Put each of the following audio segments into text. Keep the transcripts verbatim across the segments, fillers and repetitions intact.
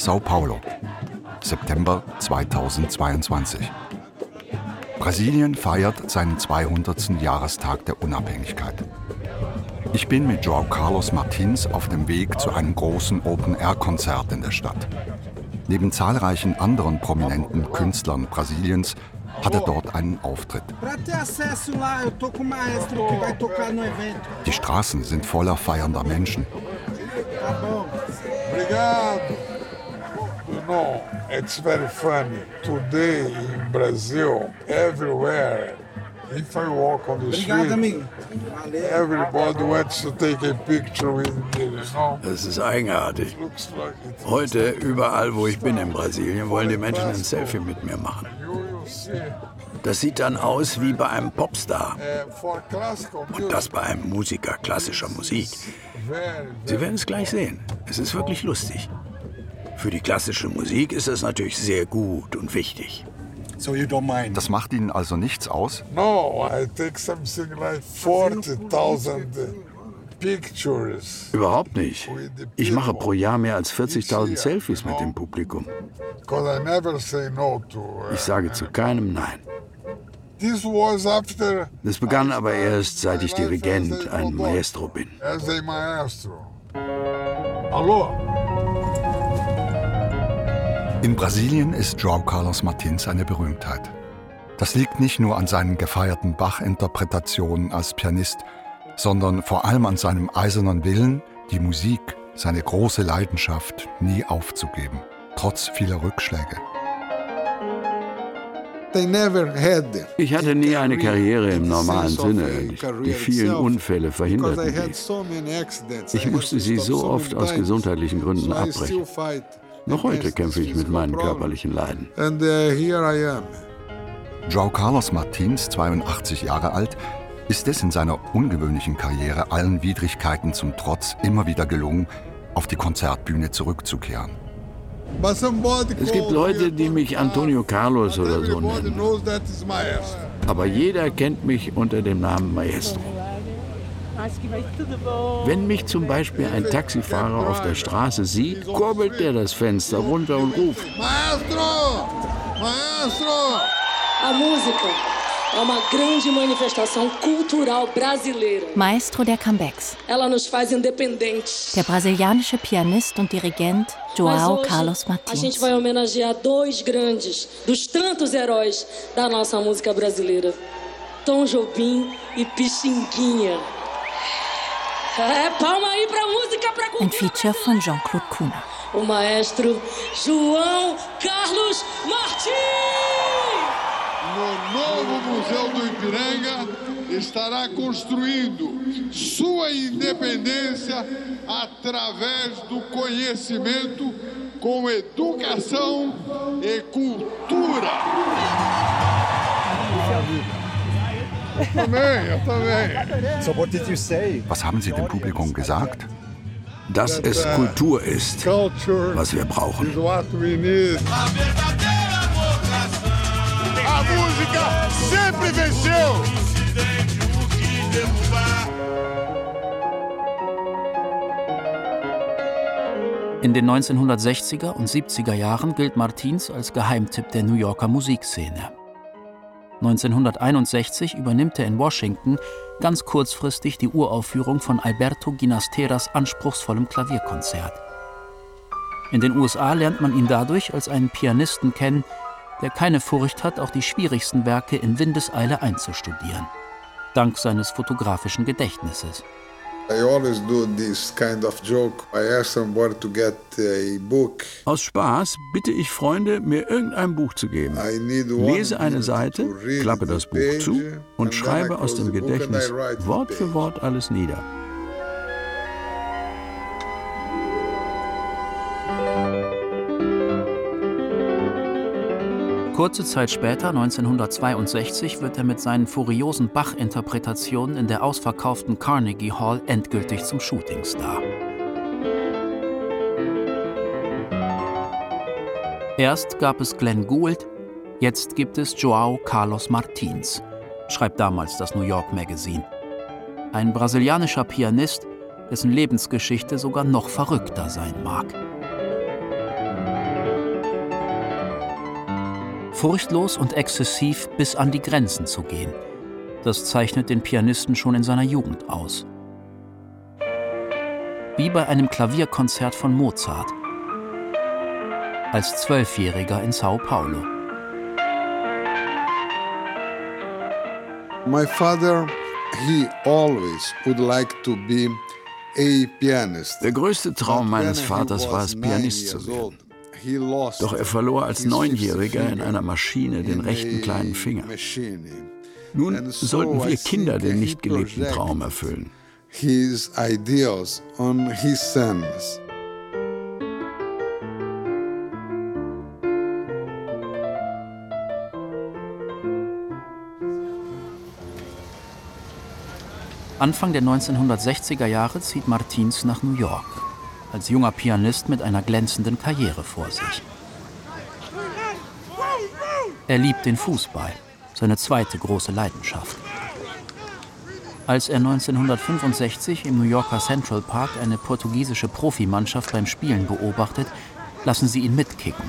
Sao Paulo, September zweitausendzweiundzwanzig. Brasilien feiert seinen zweihundertsten Jahrestag der Unabhängigkeit. Ich bin mit João Carlos Martins auf dem Weg zu einem großen Open-Air-Konzert in der Stadt. Neben zahlreichen anderen prominenten Künstlern Brasiliens hat er dort einen Auftritt. Die Straßen sind voller feiernder Menschen. You know, it's very funny. Today in Brazil, everywhere, if I walk on the street, everybody wants to take a picture with me, you know? Das ist eigenartig. Heute, überall, wo ich bin in Brasilien, wollen die Menschen ein Selfie mit mir machen. Das sieht dann aus wie bei einem Popstar. Und das bei einem Musiker klassischer Musik. Sie werden es gleich sehen. Es ist wirklich lustig. Für die klassische Musik ist das natürlich sehr gut und wichtig. Das macht Ihnen also nichts aus? No, I take something like forty thousand pictures. Überhaupt nicht. Ich mache pro Jahr mehr als vierzigtausend Selfies mit dem Publikum. Ich sage zu keinem Nein. Das begann aber erst, seit ich Dirigent, ein Maestro bin. Hallo? In Brasilien ist João Carlos Martins eine Berühmtheit. Das liegt nicht nur an seinen gefeierten Bach-Interpretationen als Pianist, sondern vor allem an seinem eisernen Willen, die Musik, seine große Leidenschaft, nie aufzugeben, trotz vieler Rückschläge. Ich hatte nie eine Karriere im normalen Sinne. Die vielen Unfälle verhinderten dies. Ich musste sie so oft aus gesundheitlichen Gründen abbrechen. Noch heute kämpfe ich mit meinen körperlichen Leiden. João Carlos Martins, zweiundachtzig Jahre alt, ist es in seiner ungewöhnlichen Karriere allen Widrigkeiten zum Trotz immer wieder gelungen, auf die Konzertbühne zurückzukehren. Es gibt Leute, die mich Antonio Carlos oder so nennen. Aber jeder kennt mich unter dem Namen Maestro. Wenn mich zum Beispiel ein Taxifahrer auf der Straße sieht, kurbelt der das Fenster runter und ruft: Maestro! Maestro! A música é uma grande manifestação cultural brasileira. Maestro der Comebacks. Ela nos faz independentes. Der brasilianische Pianist und Dirigent João Carlos Martins. A gente vai homenagear dois grandes dos tantos heróis da nossa música brasileira: Tom Jobim e Pixinguinha. É, palma aí pra música, pra cultura. Ein Feature von Jean-Claude Kuhner. O maestro João Carlos Martins. No novo Museu do Ipiranga estará construindo sua independência através do conhecimento com educação e cultura. Também, eu também. So what did you say? Was haben Sie dem Publikum gesagt? Dass es Kultur ist, was wir brauchen. A música sempre venceu! In den neunzehnhundertsechziger und siebziger Jahren gilt Martins als Geheimtipp der New Yorker Musikszene. neunzehnhunderteinundsechzig übernimmt er in Washington ganz kurzfristig die Uraufführung von Alberto Ginasteras anspruchsvollem Klavierkonzert. In den U S A lernt man ihn dadurch als einen Pianisten kennen, der keine Furcht hat, auch die schwierigsten Werke in Windeseile einzustudieren. Dank seines fotografischen Gedächtnisses. I always do this kind of joke. I ask somebody to get a book. Aus Spaß bitte ich Freunde, mir irgendein Buch zu geben. Lese eine Seite, klappe das Buch zu und schreibe aus dem Gedächtnis Wort für Wort alles nieder. Kurze Zeit später, neunzehnhundertzweiundsechzig, wird er mit seinen furiosen Bach-Interpretationen in der ausverkauften Carnegie Hall endgültig zum Shootingstar. Erst gab es Glenn Gould, jetzt gibt es João Carlos Martins, schreibt damals das New York Magazine. Ein brasilianischer Pianist, dessen Lebensgeschichte sogar noch verrückter sein mag. Furchtlos und exzessiv bis an die Grenzen zu gehen. Das zeichnet den Pianisten schon in seiner Jugend aus. Wie bei einem Klavierkonzert von Mozart. Als Zwölfjähriger in Sao Paulo. My father, he always would like to be a pianist. Der größte Traum meines Vaters war es, Pianist zu werden. Doch er verlor als Neunjähriger in einer Maschine den rechten kleinen Finger. Nun sollten wir Kinder den nicht gelebten Traum erfüllen. His ideals on his sons. Anfang der neunzehnhundertsechziger Jahre zieht Martins nach New York, als junger Pianist mit einer glänzenden Karriere vor sich. Er liebt den Fußball, seine zweite große Leidenschaft. Als er neunzehnhundertfünfundsechzig im New Yorker Central Park eine portugiesische Profimannschaft beim Spielen beobachtet, lassen sie ihn mitkicken.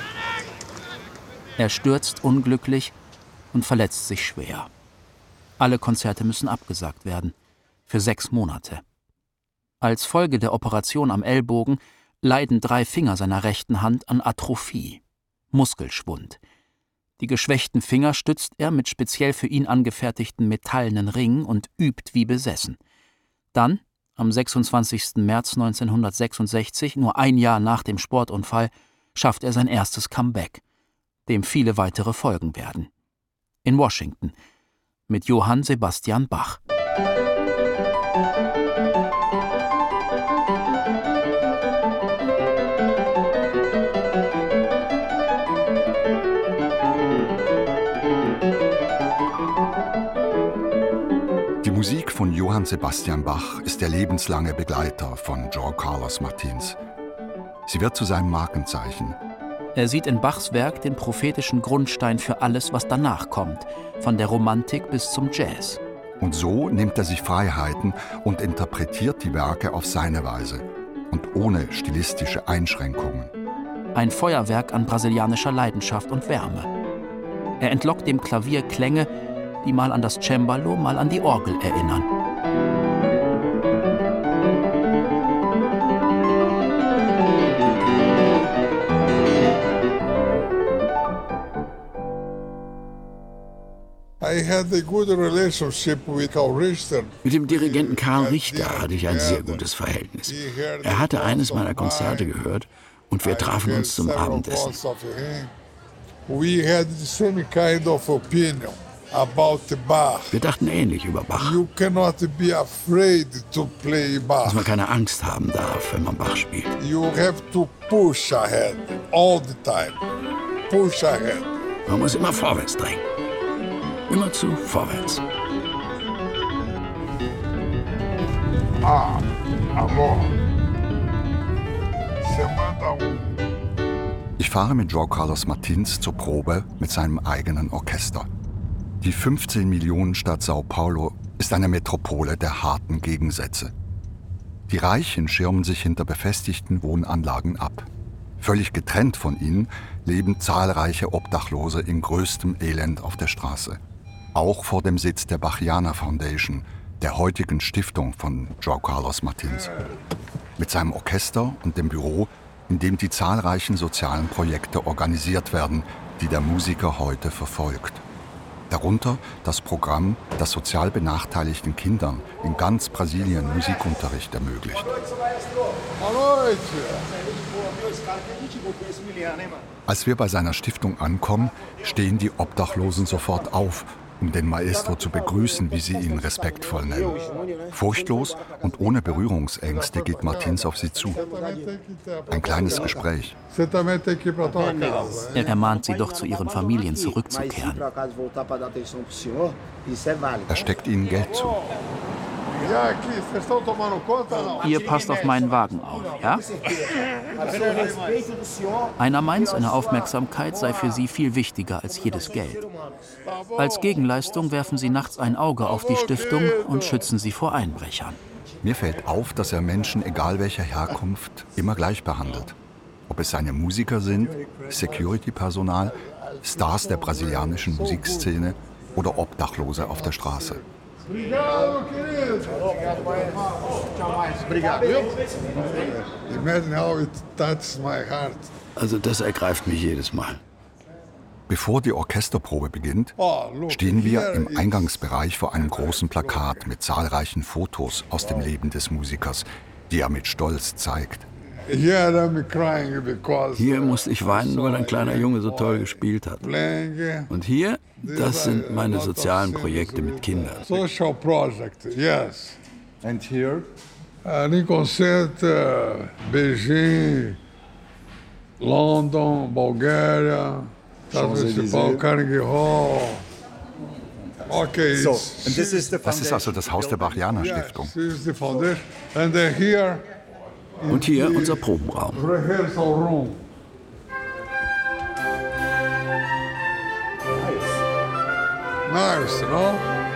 Er stürzt unglücklich und verletzt sich schwer. Alle Konzerte müssen abgesagt werden, für sechs Monate. Als Folge der Operation am Ellbogen leiden drei Finger seiner rechten Hand an Atrophie, Muskelschwund. Die geschwächten Finger stützt er mit speziell für ihn angefertigten metallenen Ringen und übt wie besessen. Dann, am sechsundzwanzigsten März neunzehnhundertsechsundsechzig, nur ein Jahr nach dem Sportunfall, schafft er sein erstes Comeback, dem viele weitere folgen werden. In Washington, mit Johann Sebastian Bach. Die Musik von Johann Sebastian Bach ist der lebenslange Begleiter von João Carlos Martins. Sie wird zu seinem Markenzeichen. Er sieht in Bachs Werk den prophetischen Grundstein für alles, was danach kommt, von der Romantik bis zum Jazz. Und so nimmt er sich Freiheiten und interpretiert die Werke auf seine Weise und ohne stilistische Einschränkungen. Ein Feuerwerk an brasilianischer Leidenschaft und Wärme. Er entlockt dem Klavier Klänge, die mal an das Cembalo, mal an die Orgel erinnern. Mit dem Dirigenten Karl Richter hatte ich ein sehr gutes Verhältnis. Er hatte eines meiner Konzerte gehört und wir trafen uns zum Abendessen. Wir dachten ähnlich über Bach. Dass man keine Angst haben darf, wenn man Bach spielt. Man muss immer vorwärts drängen. Immerzu vorwärts. Ah, amor. Semana um. Ich fahre mit João Carlos Martins zur Probe mit seinem eigenen Orchester. Die fünfzehn Millionen Stadt Sao Paulo ist eine Metropole der harten Gegensätze. Die Reichen schirmen sich hinter befestigten Wohnanlagen ab. Völlig getrennt von ihnen leben zahlreiche Obdachlose in größtem Elend auf der Straße. Auch vor dem Sitz der Bachiana Foundation, der heutigen Stiftung von João Carlos Martins. Mit seinem Orchester und dem Büro, in dem die zahlreichen sozialen Projekte organisiert werden, die der Musiker heute verfolgt. Darunter das Programm, das sozial benachteiligten Kindern in ganz Brasilien Musikunterricht ermöglicht. Als wir bei seiner Stiftung ankommen, stehen die Obdachlosen sofort auf, um den Maestro zu begrüßen, wie sie ihn respektvoll nennen. Furchtlos und ohne Berührungsängste geht Martins auf sie zu. Ein kleines Gespräch. Er ermahnt sie doch, zu ihren Familien zurückzukehren. Er steckt ihnen Geld zu. Ihr passt auf meinen Wagen auf, ja? Einer meint, seine Aufmerksamkeit sei für sie viel wichtiger als jedes Geld. Als Gegenleistung werfen sie nachts ein Auge auf die Stiftung und schützen sie vor Einbrechern. Mir fällt auf, dass er Menschen, egal welcher Herkunft, immer gleich behandelt. Ob es seine Musiker sind, Security-Personal Stars der brasilianischen Musikszene oder Obdachlose auf der Straße. Also das ergreift mich jedes Mal. Bevor die Orchesterprobe beginnt, stehen wir im Eingangsbereich vor einem großen Plakat mit zahlreichen Fotos aus dem Leben des Musikers, die er mit Stolz zeigt. Hier musste ich weinen, weil ein kleiner Junge so toll gespielt hat. Und hier, das sind meine sozialen Projekte mit Kindern. Social project, yes. And here? In Concerto, Beijing, London, Bulgaria, Municipal Carnegie Hall. Okay. So, and this is the das ist also das Haus der Bach-Jana Stiftung. This is the foundation. And then here. Und hier unser Probenraum. Rehearsal room. Nice, no?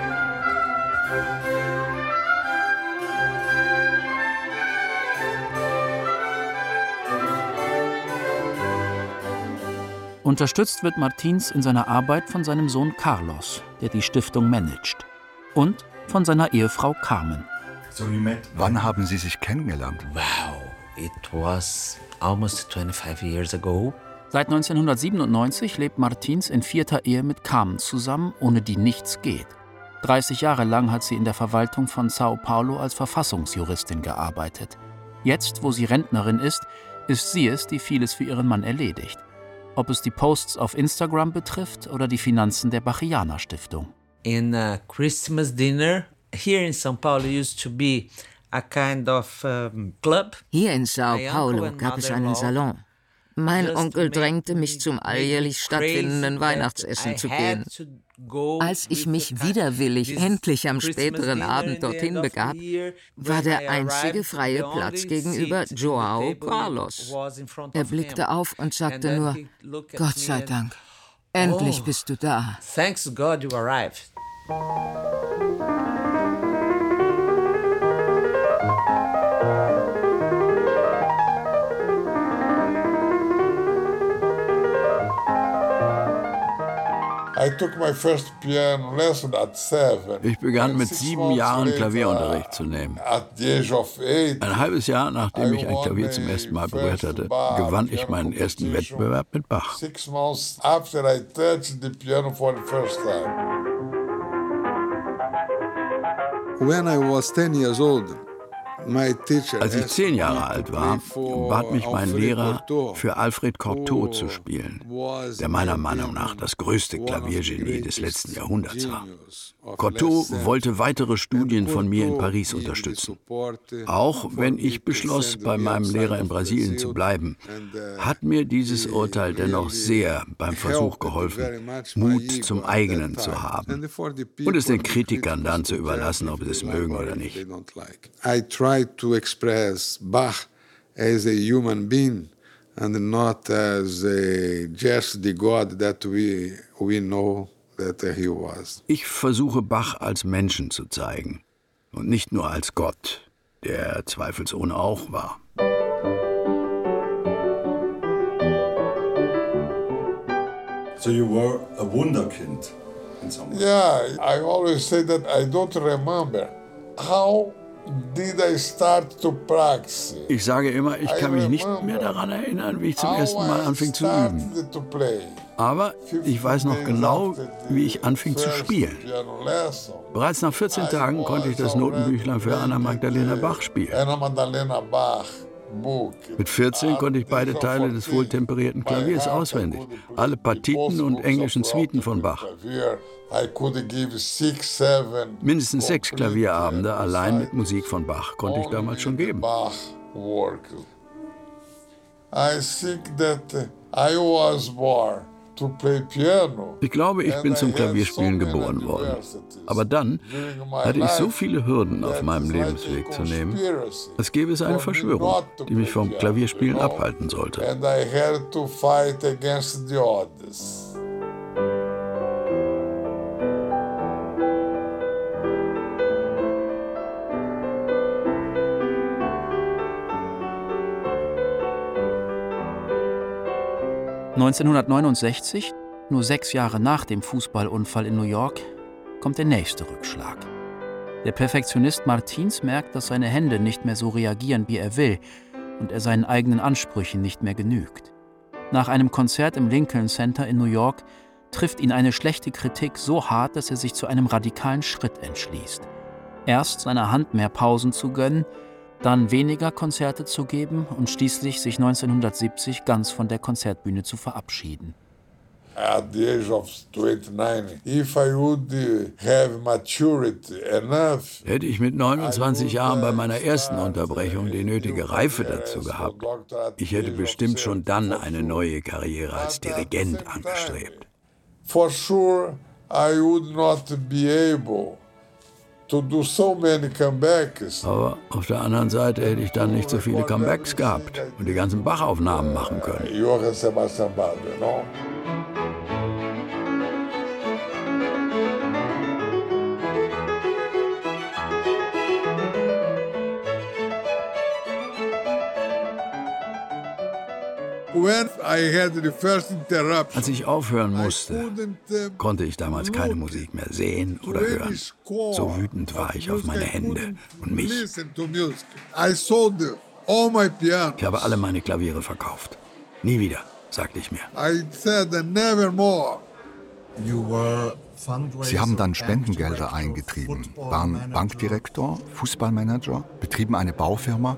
Unterstützt wird Martins in seiner Arbeit von seinem Sohn Carlos, der die Stiftung managt, und von seiner Ehefrau Carmen. Wann haben Sie sich kennengelernt? Wow, it was almost twenty-five years ago. Seit neunzehnhundertsiebenundneunzig lebt Martins in vierter Ehe mit Carmen zusammen, ohne die nichts geht. dreißig Jahre lang hat sie in der Verwaltung von Sao Paulo als Verfassungsjuristin gearbeitet. Jetzt, wo sie Rentnerin ist, ist sie es, die vieles für ihren Mann erledigt. Ob es die Posts auf Instagram betrifft oder die Finanzen der Bach-Jana Stiftung. In a Christmas dinner here in São Paulo used to be a kind of um, club. Hier in Sao Paulo gab es einen Salon. Mein Onkel drängte mich zum alljährlich stattfindenden Weihnachtsessen zu gehen. Als ich mich widerwillig endlich am späteren Abend dorthin begab, war der einzige freie Platz gegenüber João Carlos. Er blickte auf und sagte nur, Gott sei Dank, endlich bist du da. Thanks to God you arrived. I took my first piano lesson at seven. Ich begann mit sieben Jahren Klavierunterricht zu nehmen. At the age of eight, ein halbes Jahr nachdem ich ein Klavier zum ersten Mal berührt hatte, gewann ich meinen ersten Wettbewerb mit Bach. Six months after I touched the piano for the first time. When I was ten years old, als ich zehn Jahre alt war, bat mich mein Lehrer, für Alfred Cortot zu spielen, der meiner Meinung nach das größte Klaviergenie des letzten Jahrhunderts war. Cortot wollte weitere Studien von mir in Paris unterstützen. Auch wenn ich beschloss, bei meinem Lehrer in Brasilien zu bleiben, hat mir dieses Urteil dennoch sehr beim Versuch geholfen, Mut zum eigenen zu haben und es den Kritikern dann zu überlassen, ob sie es mögen oder nicht. Try to express Bach as a human being and not as a, just the God that we, we know that he was. Ich versuche Bach als Menschen zu zeigen und nicht nur als Gott, der er zweifelsohne auch war. So you were a Wunderkind in some way. Yeah, I always say that I don't remember how did I start to practice. Ich sage immer, ich kann mich nicht mehr daran erinnern, wie ich zum ersten Mal anfing zu üben. Aber ich weiß noch genau, wie ich anfing zu spielen. Bereits nach vierzehn Tagen konnte ich das Notenbüchlein für Anna Magdalena Bach spielen. Mit vierzehn konnte ich beide Teile des wohltemperierten Klaviers auswendig, alle Partiten und englischen Suiten von Bach. Mindestens sechs Klavierabende allein mit Musik von Bach konnte ich damals schon geben. Ich glaube, ich bin zum Klavierspielen geboren worden. Aber dann hatte ich so viele Hürden auf meinem Lebensweg zu nehmen, als gäbe es eine Verschwörung, die mich vom Klavierspielen abhalten sollte. neunzehnhundertneunundsechzig Nur sechs Jahre nach dem Fußballunfall in New York kommt der nächste Rückschlag. Der Perfektionist Martins merkt, dass seine Hände nicht mehr so reagieren, wie er will, und er seinen eigenen Ansprüchen nicht mehr genügt. Nach einem Konzert im Lincoln Center in New York trifft ihn eine schlechte Kritik so hart, dass er sich zu einem radikalen Schritt entschließt. Erst seiner Hand mehr Pausen zu gönnen, dann weniger Konzerte zu geben und schließlich sich neunzehnhundertsiebzig ganz von der Konzertbühne zu verabschieden. At the age of twenty-nine, if I would have maturity enough, hätte ich mit neunundzwanzig Jahren bei meiner ersten Unterbrechung die nötige Reife dazu gehabt, ich hätte bestimmt schon dann eine neue Karriere als Dirigent angestrebt. For sure, I would not be able to do so many comebacks. Aber auf der anderen Seite hätte ich dann nicht so viele Comebacks gehabt und die ganzen Bach-Aufnahmen machen können. Johann Sebastian Bach, you know? Als ich aufhören musste, konnte ich damals keine Musik mehr sehen oder hören. So wütend war ich auf meine Hände und mich. Ich habe alle meine Klaviere verkauft. Nie wieder, sagte ich mir. Sie haben dann Spendengelder eingetrieben, waren Bankdirektor, Fußballmanager, betrieben eine Baufirma.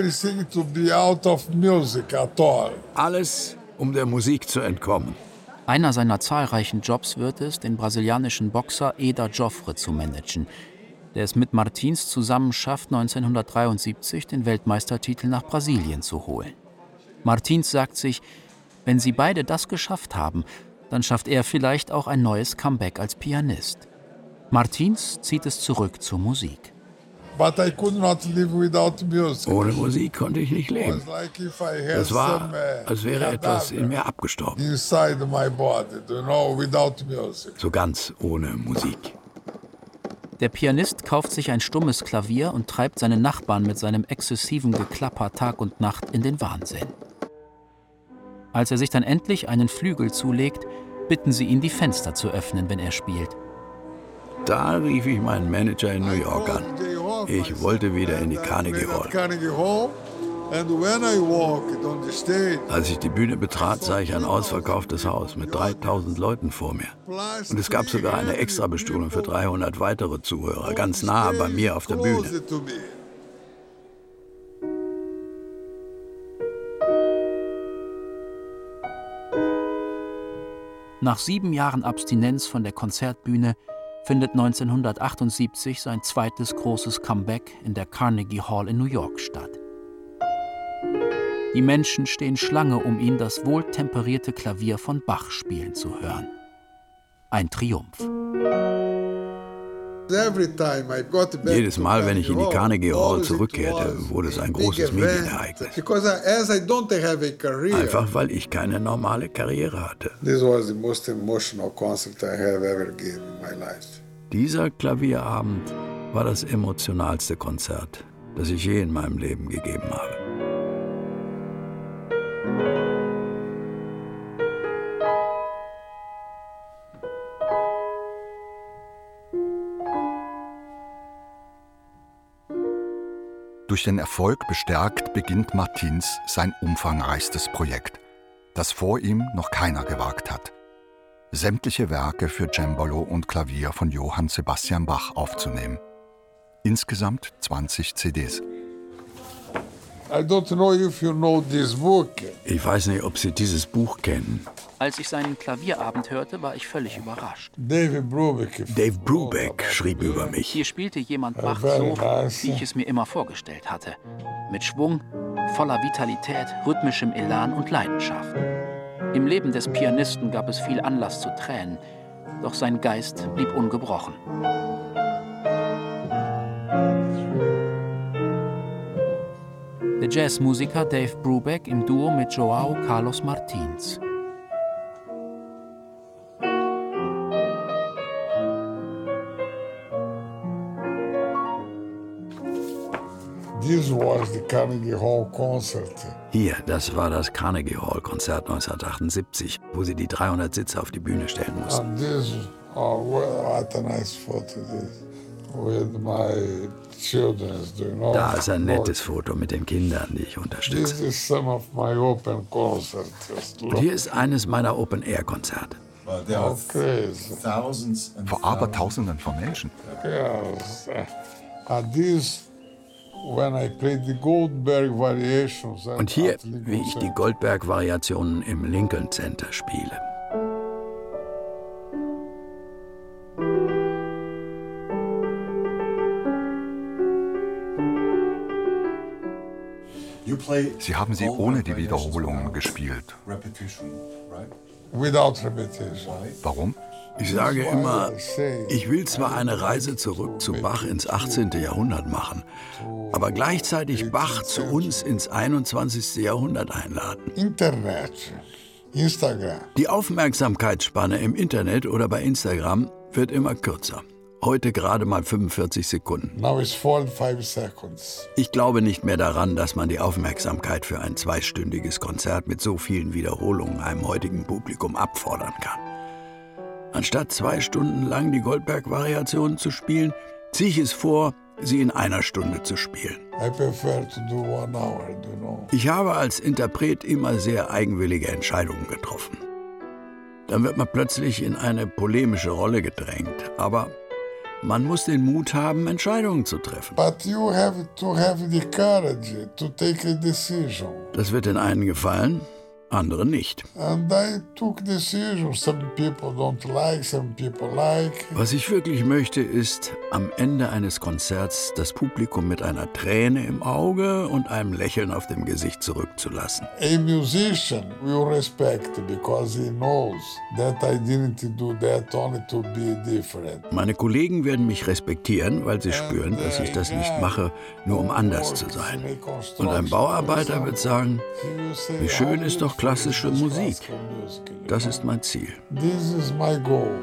Alles, um der Musik zu entkommen. Einer seiner zahlreichen Jobs wird es, den brasilianischen Boxer Eder Joffre zu managen, der es mit Martins zusammen schafft, neunzehnhundertdreiundsiebzig den Weltmeistertitel nach Brasilien zu holen. Martins sagt sich, wenn sie beide das geschafft haben, dann schafft er vielleicht auch ein neues Comeback als Pianist. Martins zieht es zurück zur Musik. Ohne Musik konnte ich nicht leben. Das war, als wäre etwas in mir abgestorben. So ganz ohne Musik. Der Pianist kauft sich ein stummes Klavier und treibt seine Nachbarn mit seinem exzessiven Geklapper Tag und Nacht in den Wahnsinn. Als er sich dann endlich einen Flügel zulegt, bitten sie ihn, die Fenster zu öffnen, wenn er spielt. Da rief ich meinen Manager in New York an. Ich wollte wieder in die Carnegie Hall. Als ich die Bühne betrat, sah ich ein ausverkauftes Haus mit dreitausend Leuten vor mir. Und es gab sogar eine Extrabestuhlung für dreihundert weitere Zuhörer, ganz nah bei mir auf der Bühne. Nach sieben Jahren Abstinenz von der Konzertbühne findet neunzehnhundertachtundsiebzig sein zweites großes Comeback in der Carnegie Hall in New York statt. Die Menschen stehen Schlange, um ihn das wohltemperierte Klavier von Bach spielen zu hören. Ein Triumph. Jedes Mal, wenn ich in die Carnegie Hall zurückkehrte, wurde es ein großes Medienereignis. Einfach, weil ich keine normale Karriere hatte. Dieser Klavierabend war das emotionalste Konzert, das ich je in meinem Leben gegeben habe. Durch den Erfolg bestärkt beginnt Martins sein umfangreichstes Projekt, das vor ihm noch keiner gewagt hat: sämtliche Werke für Cembalo und Klavier von Johann Sebastian Bach aufzunehmen. Insgesamt zwanzig C Ds. I don't know if you know this book. Ich weiß nicht, ob Sie dieses Buch kennen. Als ich seinen Klavierabend hörte, war ich völlig überrascht. Dave Brubeck. Dave Brubeck schrieb über mich. Hier spielte jemand Bach so, wie ich es mir immer vorgestellt hatte. Mit Schwung, voller Vitalität, rhythmischem Elan und Leidenschaft. Im Leben des Pianisten gab es viel Anlass zu Tränen, doch sein Geist blieb ungebrochen. Der Jazzmusiker Dave Brubeck im Duo mit João Carlos Martins. Carnegie Hall concert. Hier, das war das Carnegie Hall Konzert neunzehnhundertachtundsiebzig, wo sie die dreihundert Sitze auf die Bühne stellen mussten. And this, oh, what a nice photo this. With my children, you know. Da ist ein nettes Foto mit den Kindern, die ich unterstütze. This is some of my open concerts. Und hier ist eines meiner Open-Air-Konzerte. Oh, crazy. Vor aber Tausenden von Menschen. Yes. And this, when I played the Goldberg variations. Und hier, wie ich die Goldberg-Variationen im Lincoln Center spiele. Sie haben sie ohne die Wiederholungen gespielt. Without repetition. Warum? Ich sage immer, ich will zwar eine Reise zurück zu Bach ins achtzehnten Jahrhundert machen, aber gleichzeitig Bach zu uns ins einundzwanzigsten Jahrhundert einladen. Internet, Instagram. Die Aufmerksamkeitsspanne im Internet oder bei Instagram wird immer kürzer. Heute gerade mal fünfundvierzig Sekunden. Now it's forty-five seconds. Ich glaube nicht mehr daran, dass man die Aufmerksamkeit für ein zweistündiges Konzert mit so vielen Wiederholungen einem heutigen Publikum abfordern kann. Anstatt zwei Stunden lang die Goldberg-Variationen zu spielen, ziehe ich es vor, sie in einer Stunde zu spielen. I prefer to do one hour, you know. Ich habe als Interpret immer sehr eigenwillige Entscheidungen getroffen. Dann wird man plötzlich in eine polemische Rolle gedrängt, aber man muss den Mut haben, Entscheidungen zu treffen. But you have to have the courage to take a decision. Das wird den einen gefallen, anderen nicht. And I took decisions. Some people don't like, some people like. Was ich wirklich möchte, ist, am Ende eines Konzerts das Publikum mit einer Träne im Auge und einem Lächeln auf dem Gesicht zurückzulassen. A musician will respect because he knows that I didn't do that only to be different. Meine Kollegen werden mich respektieren, weil sie spüren, dass ich das nicht mache, nur um anders zu sein. Und ein Bauarbeiter wird sagen, wie schön ist doch klassische Musik. Das ist mein Ziel. This is my goal.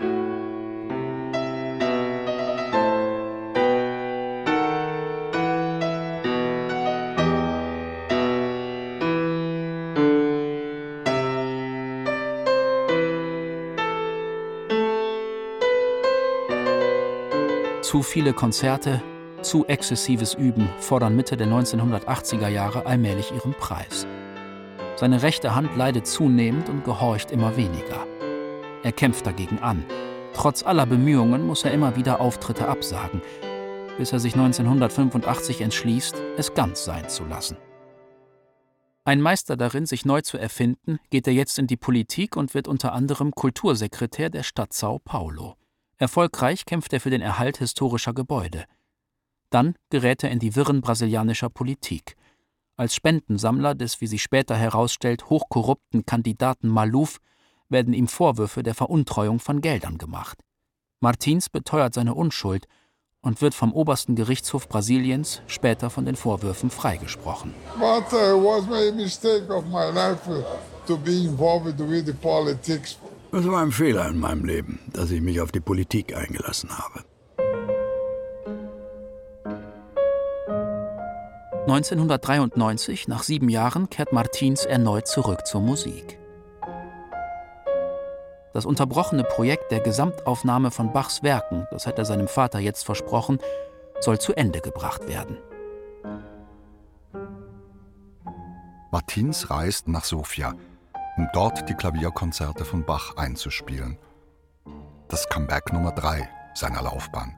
Zu viele Konzerte, zu exzessives Üben fordern Mitte der neunzehnhundertachtziger Jahre allmählich ihren Preis. Seine rechte Hand leidet zunehmend und gehorcht immer weniger. Er kämpft dagegen an. Trotz aller Bemühungen muss er immer wieder Auftritte absagen, bis er sich neunzehnhundertfünfundachtzig entschließt, es ganz sein zu lassen. Ein Meister darin, sich neu zu erfinden, geht er jetzt in die Politik und wird unter anderem Kultursekretär der Stadt Sao Paulo. Erfolgreich kämpft er für den Erhalt historischer Gebäude. Dann gerät er in die Wirren brasilianischer Politik. Als Spendensammler des, wie sich später herausstellt, hochkorrupten Kandidaten Maluf werden ihm Vorwürfe der Veruntreuung von Geldern gemacht. Martins beteuert seine Unschuld und wird vom obersten Gerichtshof Brasiliens später von den Vorwürfen freigesprochen. But uh, was my mistake of my life to be involved with the politics. Das war ein Fehler in meinem Leben, dass ich mich auf die Politik eingelassen habe. neunzehnhundertdreiundneunzig, nach sieben Jahren, kehrt Martins erneut zurück zur Musik. Das unterbrochene Projekt der Gesamtaufnahme von Bachs Werken, das hat er seinem Vater jetzt versprochen, soll zu Ende gebracht werden. Martins reist nach Sofia, um dort die Klavierkonzerte von Bach einzuspielen. Das Comeback Nummer drei seiner Laufbahn.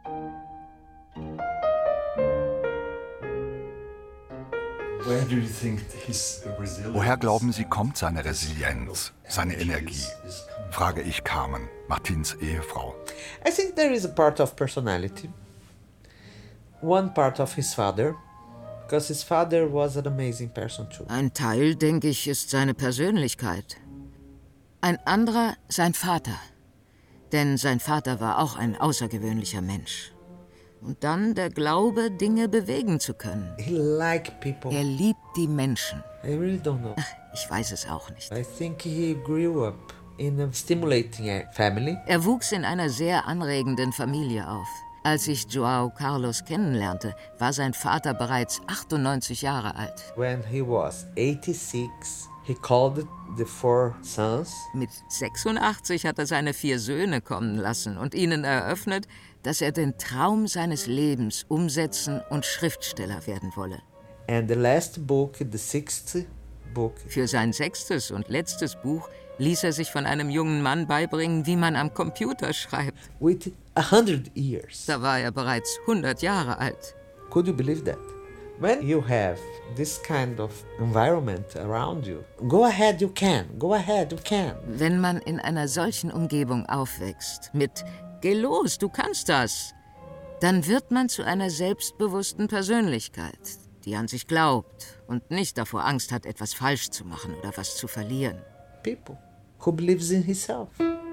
Woher glauben Sie, kommt seine Resilienz, seine Energie? Frage ich Carmen, Martins Ehefrau. I think there is a part of personality. One part of his father, because his father was an amazing person too. Ein Teil, denke ich, ist seine Persönlichkeit. Ein anderer sein Vater. Denn sein Vater war auch ein außergewöhnlicher Mensch. Und dann der Glaube, Dinge bewegen zu können. He liked people. Er liebt die Menschen. I really don't know. Ach, ich weiß es auch nicht. I think he grew up in a stimulating family. Er wuchs in einer sehr anregenden Familie auf. Als ich João Carlos kennenlernte, war sein Vater bereits achtundneunzig Jahre alt. When he was eighty-six, he called the four sons. Mit sechsundachtzig hat er seine vier Söhne kommen lassen und ihnen eröffnet, dass er den Traum seines Lebens umsetzen und Schriftsteller werden wolle. And the last book, the sixth book. Für sein sechstes und letztes Buch ließ er sich von einem jungen Mann beibringen, wie man am Computer schreibt. With a hundred years. Da war er bereits hundert Jahre alt. Could you believe that? When you have this kind of environment around you, go ahead, you can. Go ahead, you can. Wenn man in einer solchen Umgebung aufwächst, mit "Geh los, du kannst das", dann wird man zu einer selbstbewussten Persönlichkeit, die an sich glaubt und nicht davor Angst hat, etwas falsch zu machen oder was zu verlieren. People who believes in himself.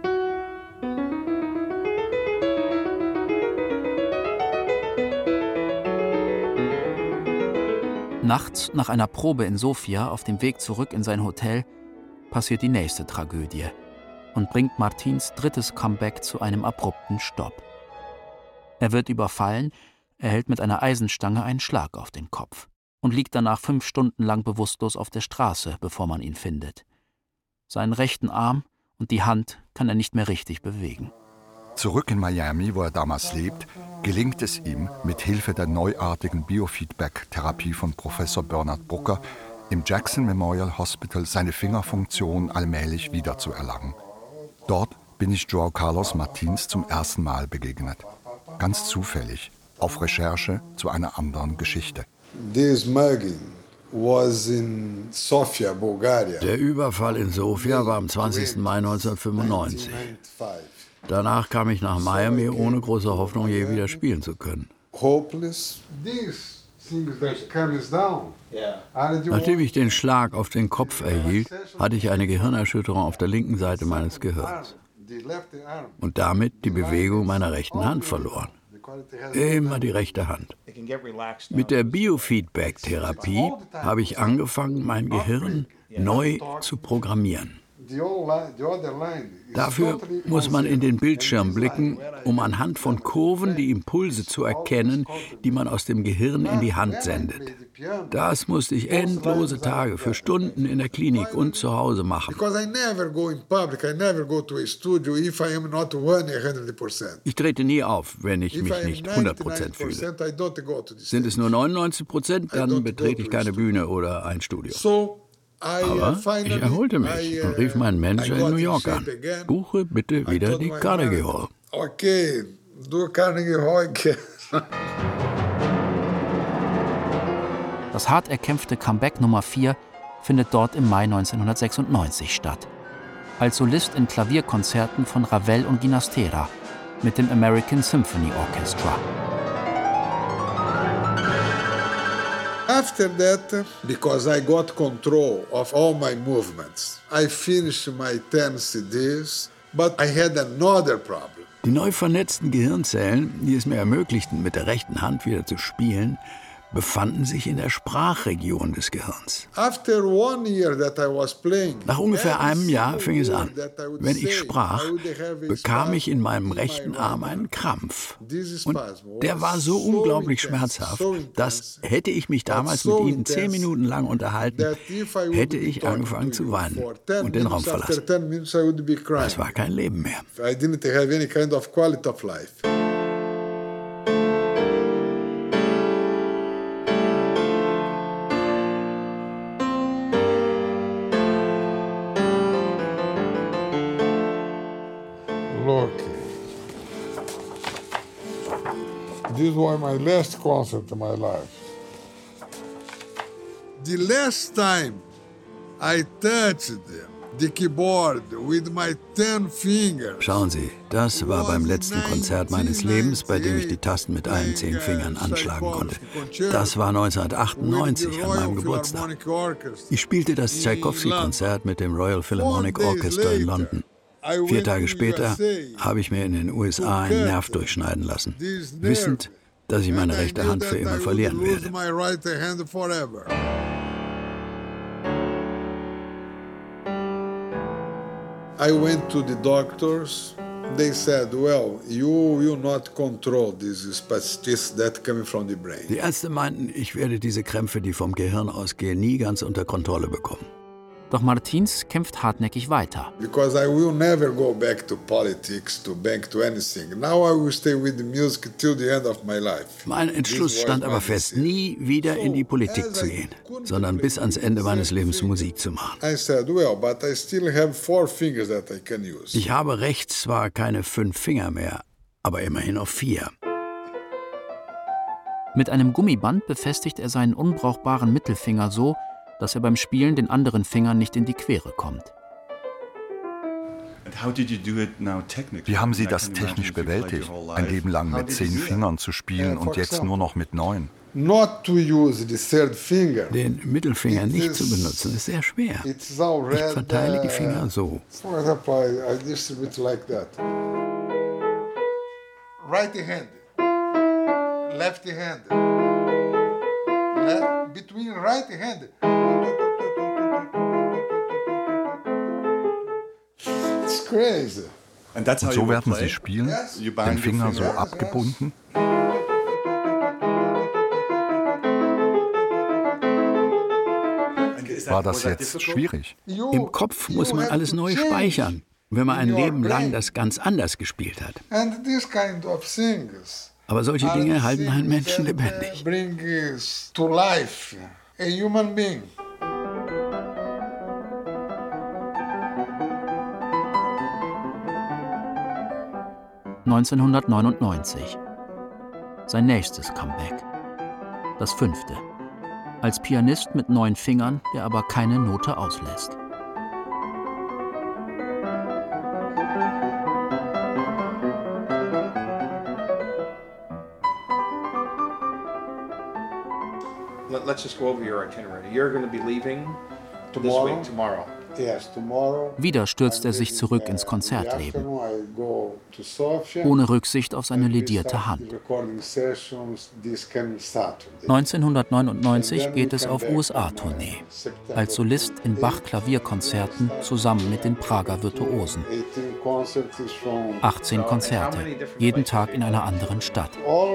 Nachts, nach einer Probe in Sofia, auf dem Weg zurück in sein Hotel, passiert die nächste Tragödie und bringt Martins drittes Comeback zu einem abrupten Stopp. Er wird überfallen, erhält mit einer Eisenstange einen Schlag auf den Kopf und liegt danach fünf Stunden lang bewusstlos auf der Straße, bevor man ihn findet. Seinen rechten Arm und die Hand kann er nicht mehr richtig bewegen. Zurück in Miami, wo er damals lebt, gelingt es ihm, mit Hilfe der neuartigen Biofeedback-Therapie von Professor Bernard Brooker im Jackson Memorial Hospital seine Fingerfunktion allmählich wiederzuerlangen. Dort bin ich João Carlos Martins zum ersten Mal begegnet. Ganz zufällig, auf Recherche zu einer anderen Geschichte. This mugging was in Sofia, Bulgaria. Der Überfall in Sofia war am zwanzigsten Mai neunzehnhundertfünfundneunzig. Danach kam ich nach Miami, ohne große Hoffnung, je wieder spielen zu können. Nachdem ich den Schlag auf den Kopf erhielt, hatte ich eine Gehirnerschütterung auf der linken Seite meines Gehirns und damit die Bewegung meiner rechten Hand verloren. Immer die rechte Hand. Mit der Biofeedback-Therapie habe ich angefangen, mein Gehirn neu zu programmieren. Dafür muss man in den Bildschirm blicken, um anhand von Kurven die Impulse zu erkennen, die man aus dem Gehirn in die Hand sendet. Das musste ich endlose Tage für Stunden in der Klinik und zu Hause machen. Ich trete nie auf, wenn ich mich nicht hundert Prozent fühle. Sind es nur neunundneunzig Prozent, dann betrete ich keine Bühne oder ein Studio. Aber ich erholte mich und rief meinen Manager in New York an. Buche bitte wieder die Carnegie Hall. Okay, du Carnegie Hall. Das hart erkämpfte Comeback Nummer vier findet dort im Mai neunzehnhundertsechsundneunzig statt. Als Solist in Klavierkonzerten von Ravel und Ginastera mit dem American Symphony Orchestra. After that, because I got control of all my movements, I finished my ten C Ds, but I had another problem. Die neu vernetzten Gehirnzellen, die es mir ermöglichten, mit der rechten Hand wieder zu spielen, befanden sich in der Sprachregion des Gehirns. Nach ungefähr einem Jahr fing es an. Wenn ich sprach, bekam ich in meinem rechten Arm einen Krampf. Und der war so unglaublich schmerzhaft, dass, hätte ich mich damals mit Ihnen zehn Minuten lang unterhalten, hätte ich angefangen zu weinen und den Raum verlassen. Das war kein Leben mehr. This was my last concert in my life. The last time I touched the keyboard with my ten fingers. Schauen Sie, das war beim letzten Konzert meines Lebens, bei dem ich die Tasten mit allen zehn Fingern anschlagen konnte. Das war neunzehnhundertachtundneunzig an meinem Geburtstag. Ich spielte das Tschaikowski-Konzert mit dem Royal Philharmonic Orchestra in London. Vier Tage später habe ich mir in den U S A einen Nerv durchschneiden lassen, wissend, dass ich meine rechte Hand für immer verlieren werde. I went to the doctors They said, well, you will not control these spasticity that coming from the brain. Die Ärzte meinten, ich werde diese Krämpfe, die vom Gehirn ausgehen, nie ganz unter Kontrolle bekommen. Doch Martins kämpft hartnäckig weiter. Because I will never go back to politics, to bank, to anything. Now I will stay with the music till the end of my life. Mein Entschluss stand aber fest, nie wieder in die Politik zu gehen, sondern bis ans Ende meines Lebens Musik zu machen. I said, well, but I still have four fingers that I can use. Ich habe rechts zwar keine fünf Finger mehr, aber immerhin noch vier. Mit einem Gummiband befestigt er seinen unbrauchbaren Mittelfinger so, dass er beim Spielen den anderen Fingern nicht in die Quere kommt. Wie haben Sie das technisch bewältigt, ein Leben lang mit zehn Fingern zu spielen und jetzt nur noch mit neun? Den Mittelfinger nicht zu benutzen, ist sehr schwer. Ich verteile die Finger so. Righty hand, lefty hand, between righty hand. It's crazy. Und so werden Sie spielen, den Finger so abgebunden? War das jetzt schwierig? Im Kopf muss man alles neu speichern, wenn man ein Leben lang das ganz anders gespielt hat. Aber solche Dinge halten einen Menschen lebendig. neunzehnhundertneunundneunzig. Sein nächstes Comeback. Das fünfte. Als Pianist mit neun Fingern, der aber keine Note auslässt. Let's just go over your itinerary. You're going to be leaving this week, tomorrow. Wieder stürzt er sich zurück ins Konzertleben, ohne Rücksicht auf seine ledierte Hand. neunzehnhundertneunundneunzig geht es auf U S A-Tournee, als Solist in Bach-Klavierkonzerten zusammen mit den Prager Virtuosen. achtzehn Konzerte, jeden Tag in einer anderen Stadt.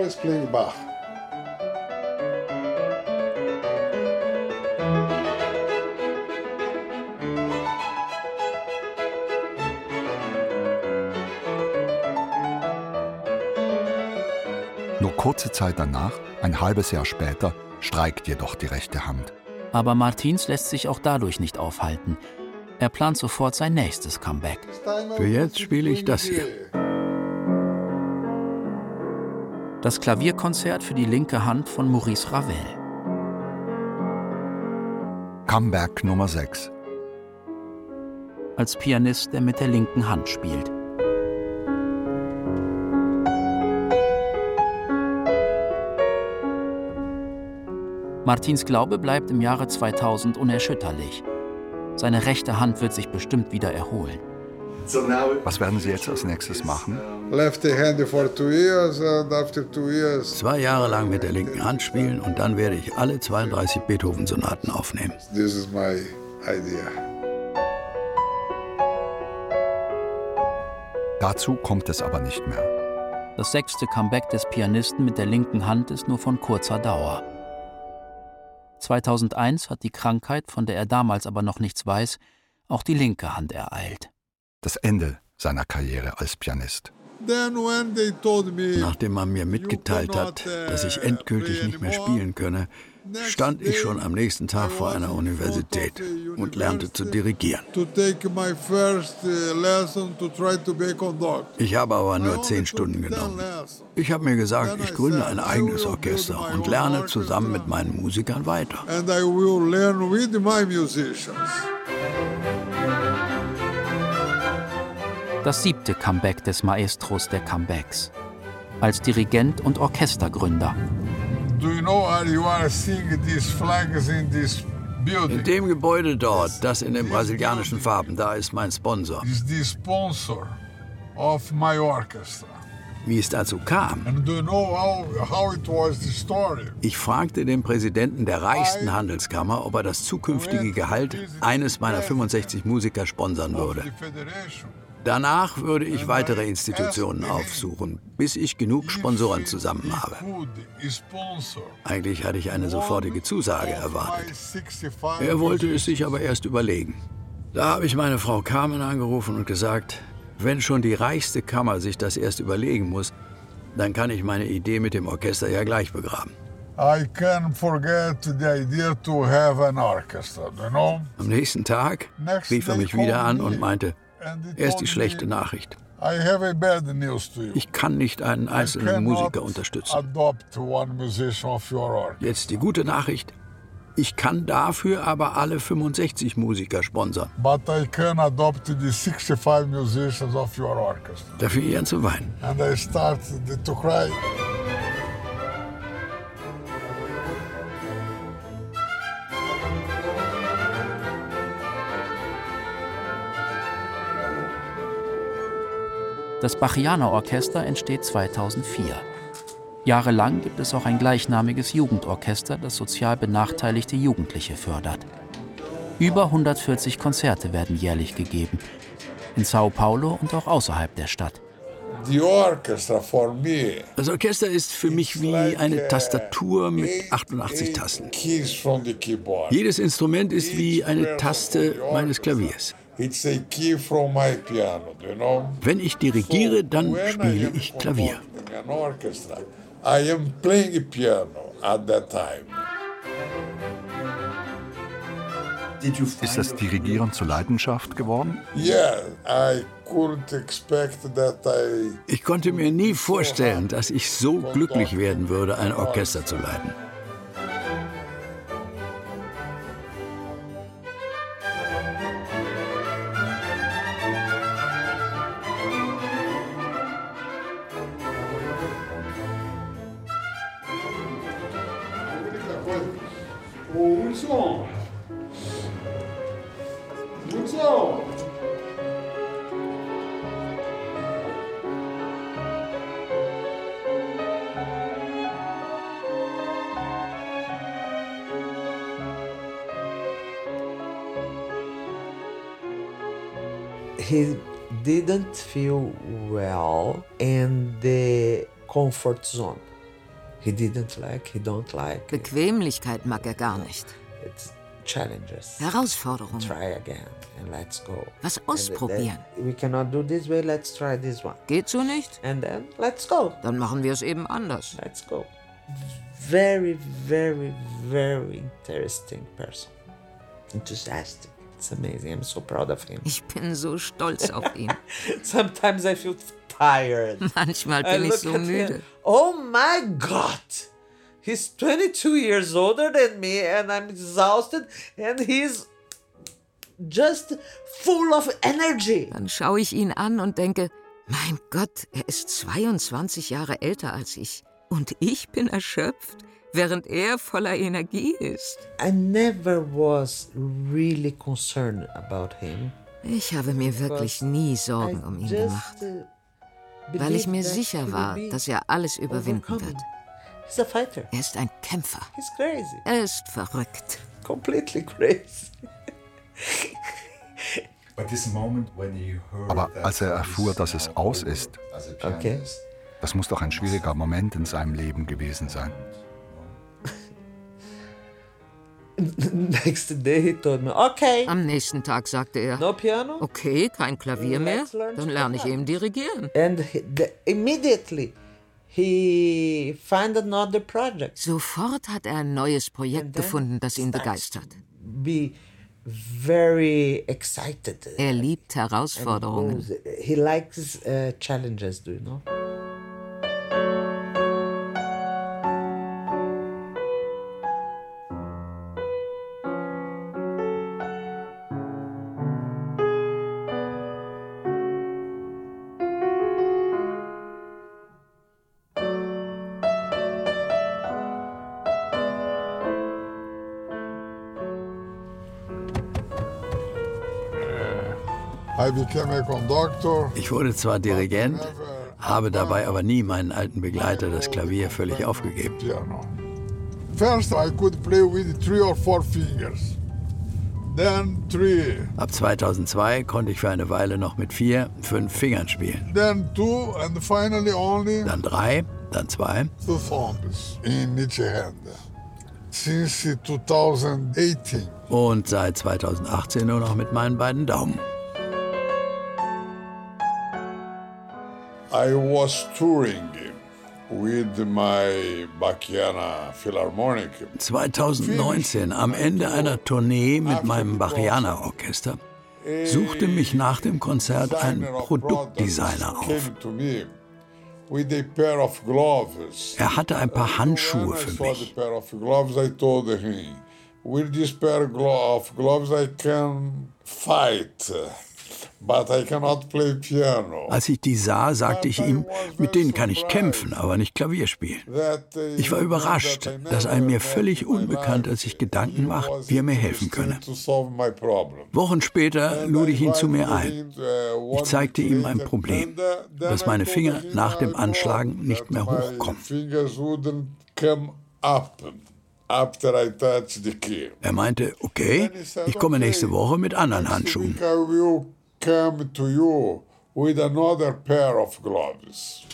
Nur kurze Zeit danach, ein halbes Jahr später, streikt jedoch die rechte Hand. Aber Martins lässt sich auch dadurch nicht aufhalten. Er plant sofort sein nächstes Comeback. Für jetzt spiele ich das hier. Das Klavierkonzert für die linke Hand von Maurice Ravel. Comeback Nummer sechs. Als Pianist, der mit der linken Hand spielt. Martins Glaube bleibt im Jahre zweitausend unerschütterlich. Seine rechte Hand wird sich bestimmt wieder erholen. Was werden Sie jetzt als nächstes machen? Zwei Jahre lang mit der linken Hand spielen und dann werde ich alle zweiunddreißig Beethoven-Sonaten aufnehmen. This is my idea. Dazu kommt es aber nicht mehr. Das sechste Comeback des Pianisten mit der linken Hand ist nur von kurzer Dauer. zweitausendeins hat die Krankheit, von der er damals aber noch nichts weiß, auch die linke Hand ereilt. Das Ende seiner Karriere als Pianist. Nachdem man mir mitgeteilt hat, dass ich endgültig nicht mehr spielen könne, stand ich schon am nächsten Tag vor einer Universität und lernte zu dirigieren. Ich habe aber nur zehn Stunden genommen. Ich habe mir gesagt, ich gründe ein eigenes Orchester und lerne zusammen mit meinen Musikern weiter. Das siebte Comeback des Maestros der Comebacks. Als Dirigent und Orchestergründer. In dem Gebäude dort, das in den brasilianischen Farben, da ist mein Sponsor. Wie es dazu kam? Ich fragte den Präsidenten der reichsten Handelskammer, ob er das zukünftige Gehalt eines meiner fünfundsechzig Musiker sponsern würde. Ich habe aber nur zehn Stunden genommen. Ich habe mir gesagt, ich gründe ein eigenes Orchester und lerne zusammen mit meinen Musikern weiter. Danach würde ich weitere Institutionen aufsuchen, bis ich genug Sponsoren zusammen habe. Eigentlich hatte ich eine sofortige Zusage erwartet. Er wollte es sich aber erst überlegen. Da habe ich meine Frau Carmen angerufen und gesagt, wenn schon die reichste Kammer sich das erst überlegen muss, dann kann ich meine Idee mit dem Orchester ja gleich begraben. I can't forget the idea to have an orchestra, you know? Am nächsten Tag rief er mich wieder an und meinte, erst die schlechte Nachricht. I have a bad news to you. Ich kann nicht einen einzelnen Musiker unterstützen. Adopt one musician of your orchestra. Jetzt die gute Nachricht. Ich kann dafür aber alle fünfundsechzig Musiker sponsern. But I can adopt the sixty-five musicians of your orchestra. Da fing ich an zu weinen. And I started to cry. Das Bachianer Orchester entsteht zweitausendvier. Jahrelang gibt es auch ein gleichnamiges Jugendorchester, das sozial benachteiligte Jugendliche fördert. Über hundertvierzig Konzerte werden jährlich gegeben, in Sao Paulo und auch außerhalb der Stadt. Das Orchester ist für mich wie eine Tastatur mit achtundachtzig Tasten. Jedes Instrument ist wie eine Taste meines Klaviers. Wenn ich dirigiere, dann spiele ich Klavier. Ist das Dirigieren zur Leidenschaft geworden? Ich konnte mir nie vorstellen, dass ich so glücklich werden würde, ein Orchester zu leiten. He didn't feel well in the comfort zone. He didn't like, he don't like. Bequemlichkeit mag er gar nicht. It's challenges. Herausforderungen. Try again and let's go. Was ausprobieren. And we cannot do this way, let's try this one. Geht so nicht? And then let's go. Dann machen wir es eben anders. Let's go. Very, very, very interesting person. Enthusiastic. It's amazing. I'm so proud of him. Ich bin so stolz auf ihn. Sometimes I feel tired. Manchmal bin ich so müde. Oh my God! He's twenty-two years older than me and I'm exhausted and he's just full of energy. Dann schaue ich ihn an und denke, mein Gott, er ist zweiundzwanzig Jahre älter als ich. Und ich bin erschöpft, während er voller Energie ist. I never was really concerned about him. Ich habe mir wirklich nie Sorgen um ihn gemacht, weil ich mir sicher war, dass er alles überwinden wird. He's a fighter. Er ist ein Kämpfer. He's crazy. Er ist verrückt. Completely crazy. Aber als er erfuhr, dass es aus ist, okay. Das muss doch ein schwieriger Moment in seinem Leben gewesen sein. Next day he told me, okay. Am nächsten Tag sagte er, no piano? Okay, kein Klavier mehr, dann lerne ich eben dirigieren. And he, the, immediately he found another project. Sofort hat er ein neues Projekt gefunden, das ihn begeistert. Be very excited. Er liebt Herausforderungen. He likes uh, challenges, do you know? Ich wurde zwar Dirigent, habe dabei aber nie meinen alten Begleiter, das Klavier, völlig aufgegeben. First I could play with three or four fingers. Then three. Ab zweitausendzwei konnte ich für eine Weile noch mit vier, fünf Fingern spielen. Then two and finally only. Dann drei, dann zwei. Two thumbs in each hand. Since twenty eighteen. Und seit zweitausendachtzehn nur noch mit meinen beiden Daumen. I was touring with my Bachiana Philharmonic. zweitausendneunzehn, am Ende einer Tournee mit meinem Bachiana-Orchester, suchte mich nach dem Konzert ein Produktdesigner auf. Er hatte ein paar Handschuhe für mich. With this pair of gloves I can fight. But I cannot play piano. Als ich die sah, sagte ich ihm, mit denen kann ich kämpfen, aber nicht Klavier spielen. Ich war überrascht, dass ein mir völlig Unbekannter sich Gedanken macht, wie er mir helfen könne. Wochen später lud ich ihn zu mir ein. Ich zeigte ihm ein Problem, dass meine Finger nach dem Anschlagen nicht mehr hochkommen. Er meinte, okay, ich komme nächste Woche mit anderen Handschuhen. Come to you with another pair of gloves.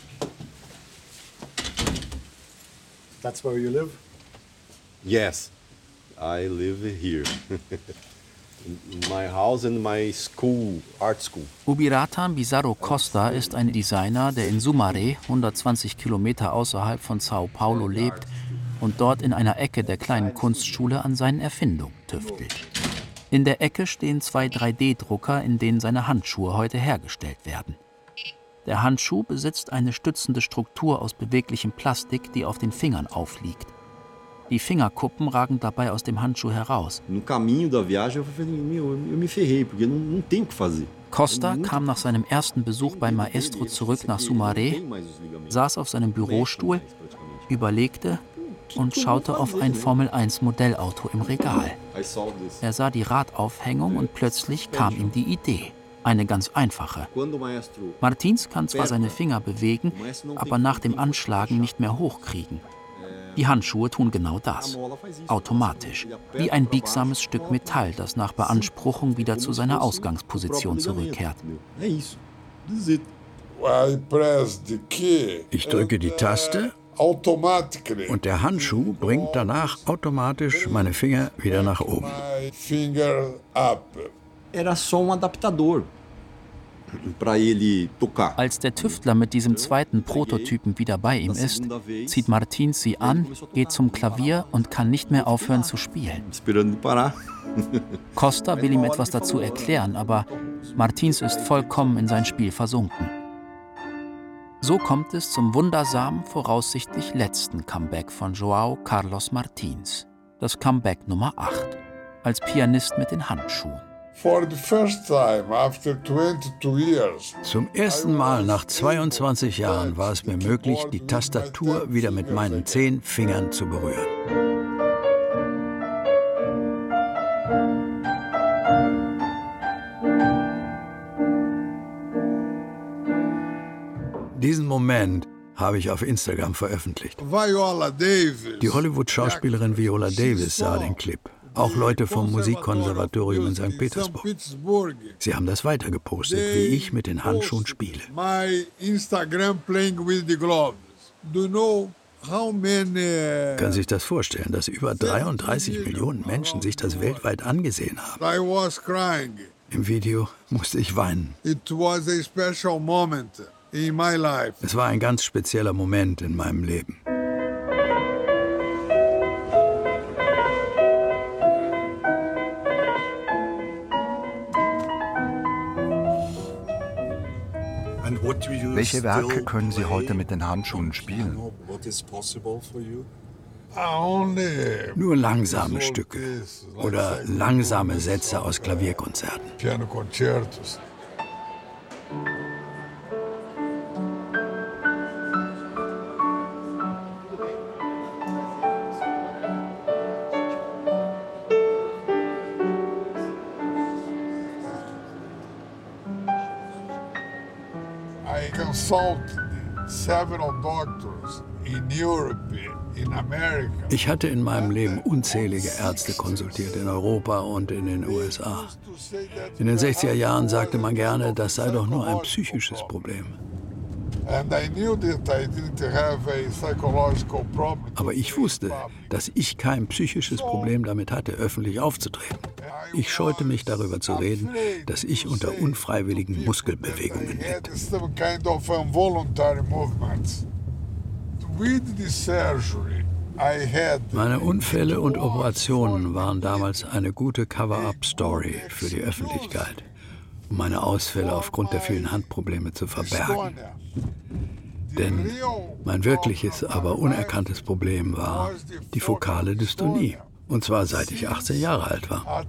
That's where you live? Yes, I live here. In my house and my school, art school. Ubiratan Bizarro Costa ist ein Designer, der in Sumaré, hundertzwanzig Kilometer außerhalb von Sao Paulo, lebt und dort in einer Ecke der kleinen Kunstschule an seinen Erfindungen tüftelt. In der Ecke stehen zwei drei D Drucker, in denen seine Handschuhe heute hergestellt werden. Der Handschuh besitzt eine stützende Struktur aus beweglichem Plastik, die auf den Fingern aufliegt. Die Fingerkuppen ragen dabei aus dem Handschuh heraus. Costa kam nach seinem ersten Besuch beim Maestro zurück nach Sumaré, saß auf seinem Bürostuhl, überlegte und schaute auf ein Formel eins Modellauto im Regal. Er sah die Radaufhängung und plötzlich kam ihm die Idee. Eine ganz einfache. Martins kann zwar seine Finger bewegen, aber nach dem Anschlagen nicht mehr hochkriegen. Die Handschuhe tun genau das. Automatisch. Wie ein biegsames Stück Metall, das nach Beanspruchung wieder zu seiner Ausgangsposition zurückkehrt. Ich drücke die Taste und der Handschuh bringt danach automatisch meine Finger wieder nach oben. Era só um adaptador para ele tocar. Als der Tüftler mit diesem zweiten Prototypen wieder bei ihm ist, zieht Martins sie an, geht zum Klavier und kann nicht mehr aufhören zu spielen. Costa will ihm etwas dazu erklären, aber Martins ist vollkommen in sein Spiel versunken. So kommt es zum wundersamen, voraussichtlich letzten Comeback von João Carlos Martins. Das Comeback Nummer acht. Als Pianist mit den Handschuhen. Zum ersten Mal nach zweiundzwanzig Jahren war es mir möglich, die Tastatur wieder mit meinen zehn Fingern zu berühren. Diesen Moment habe ich auf Instagram veröffentlicht. Die Hollywood-Schauspielerin Viola Davis sah den Clip. Auch Leute vom Musikkonservatorium in Sankt Petersburg. Sie haben das weitergepostet, wie ich mit den Handschuhen spiele. Können Sie sich das vorstellen, dass über dreiunddreißig Millionen Menschen sich das weltweit angesehen haben? Im Video musste ich weinen. Es war ein ganz spezieller Moment in meinem Leben. Welche Werke können Sie heute mit den Handschuhen spielen? Nur langsame Stücke oder langsame Sätze aus Klavierkonzerten. I consulted several doctors Ich hatte in meinem Leben unzählige Ärzte konsultiert, in Europa und in den U S A. In den sechziger Jahren sagte man gerne, das sei doch nur ein psychisches Problem. Aber ich wusste, dass ich kein psychisches Problem damit hatte, öffentlich aufzutreten. Ich scheute mich, darüber zu reden, dass ich unter unfreiwilligen Muskelbewegungen litt. Meine Unfälle und Operationen waren damals eine gute Cover-up-Story für die Öffentlichkeit, um meine Ausfälle aufgrund der vielen Handprobleme zu verbergen. Denn mein wirkliches, aber unerkanntes Problem war die fokale Dystonie. Und zwar seit ich achtzehn Jahre alt war.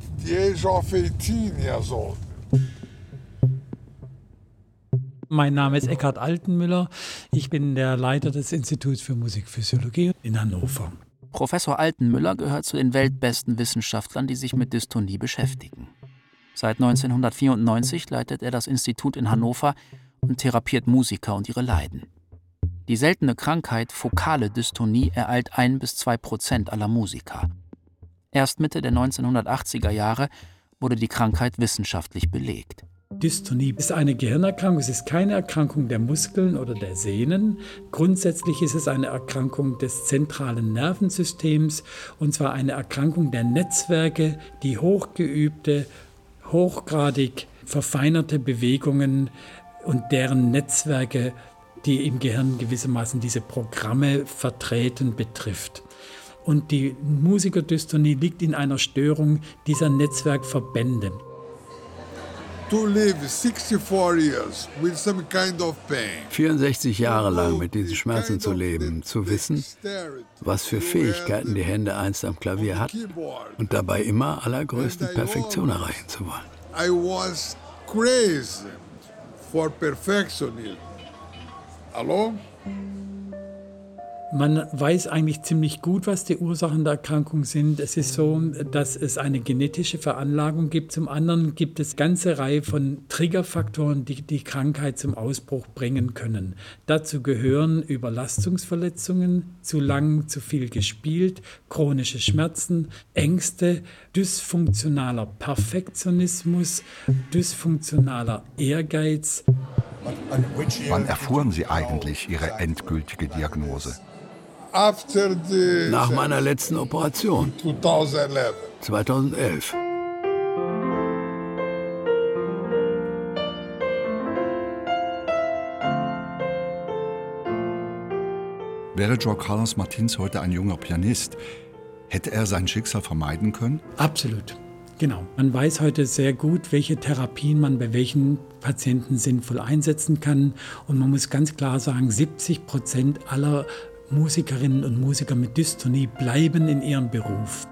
Mein Name ist Eckhard Altenmüller. Ich bin der Leiter des Instituts für Musikphysiologie in Hannover. Professor Altenmüller gehört zu den weltbesten Wissenschaftlern, die sich mit Dystonie beschäftigen. Seit neunzehnhundertvierundneunzig leitet er das Institut in Hannover und therapiert Musiker und ihre Leiden. Die seltene Krankheit fokale Dystonie ereilt ein bis zwei Prozent aller Musiker. Erst Mitte der neunzehnhundertachtziger Jahre wurde die Krankheit wissenschaftlich belegt. Dystonie ist eine Gehirnerkrankung, es ist keine Erkrankung der Muskeln oder der Sehnen. Grundsätzlich ist es eine Erkrankung des zentralen Nervensystems, und zwar eine Erkrankung der Netzwerke, die hochgeübte, hochgradig verfeinerte Bewegungen und deren Netzwerke, die im Gehirn gewissermaßen diese Programme vertreten, betrifft. Und die Musikerdystonie liegt in einer Störung dieser Netzwerkverbände. vierundsechzig Jahre lang mit diesen Schmerzen zu leben, zu wissen, was für Fähigkeiten die Hände einst am Klavier hatten und dabei immer allergrößte Perfektion erreichen zu wollen. I was crazy for perfectionism. Hallo? Man weiß eigentlich ziemlich gut, was die Ursachen der Erkrankung sind. Es ist so, dass es eine genetische Veranlagung gibt. Zum anderen gibt es eine ganze Reihe von Triggerfaktoren, die die Krankheit zum Ausbruch bringen können. Dazu gehören Überlastungsverletzungen, zu lang, zu viel gespielt, chronische Schmerzen, Ängste, dysfunktionaler Perfektionismus, dysfunktionaler Ehrgeiz. Wann erfuhren Sie eigentlich Ihre endgültige Diagnose? Nach meiner letzten Operation. zweitausendelf. Wäre Joao Carlos Martins heute ein junger Pianist, hätte er sein Schicksal vermeiden können? Absolut. Genau. Man weiß heute sehr gut, welche Therapien man bei welchen Patienten sinnvoll einsetzen kann. Und man muss ganz klar sagen, siebzig Prozent aller Musikerinnen und Musiker mit Dystonie bleiben in ihrem Beruf.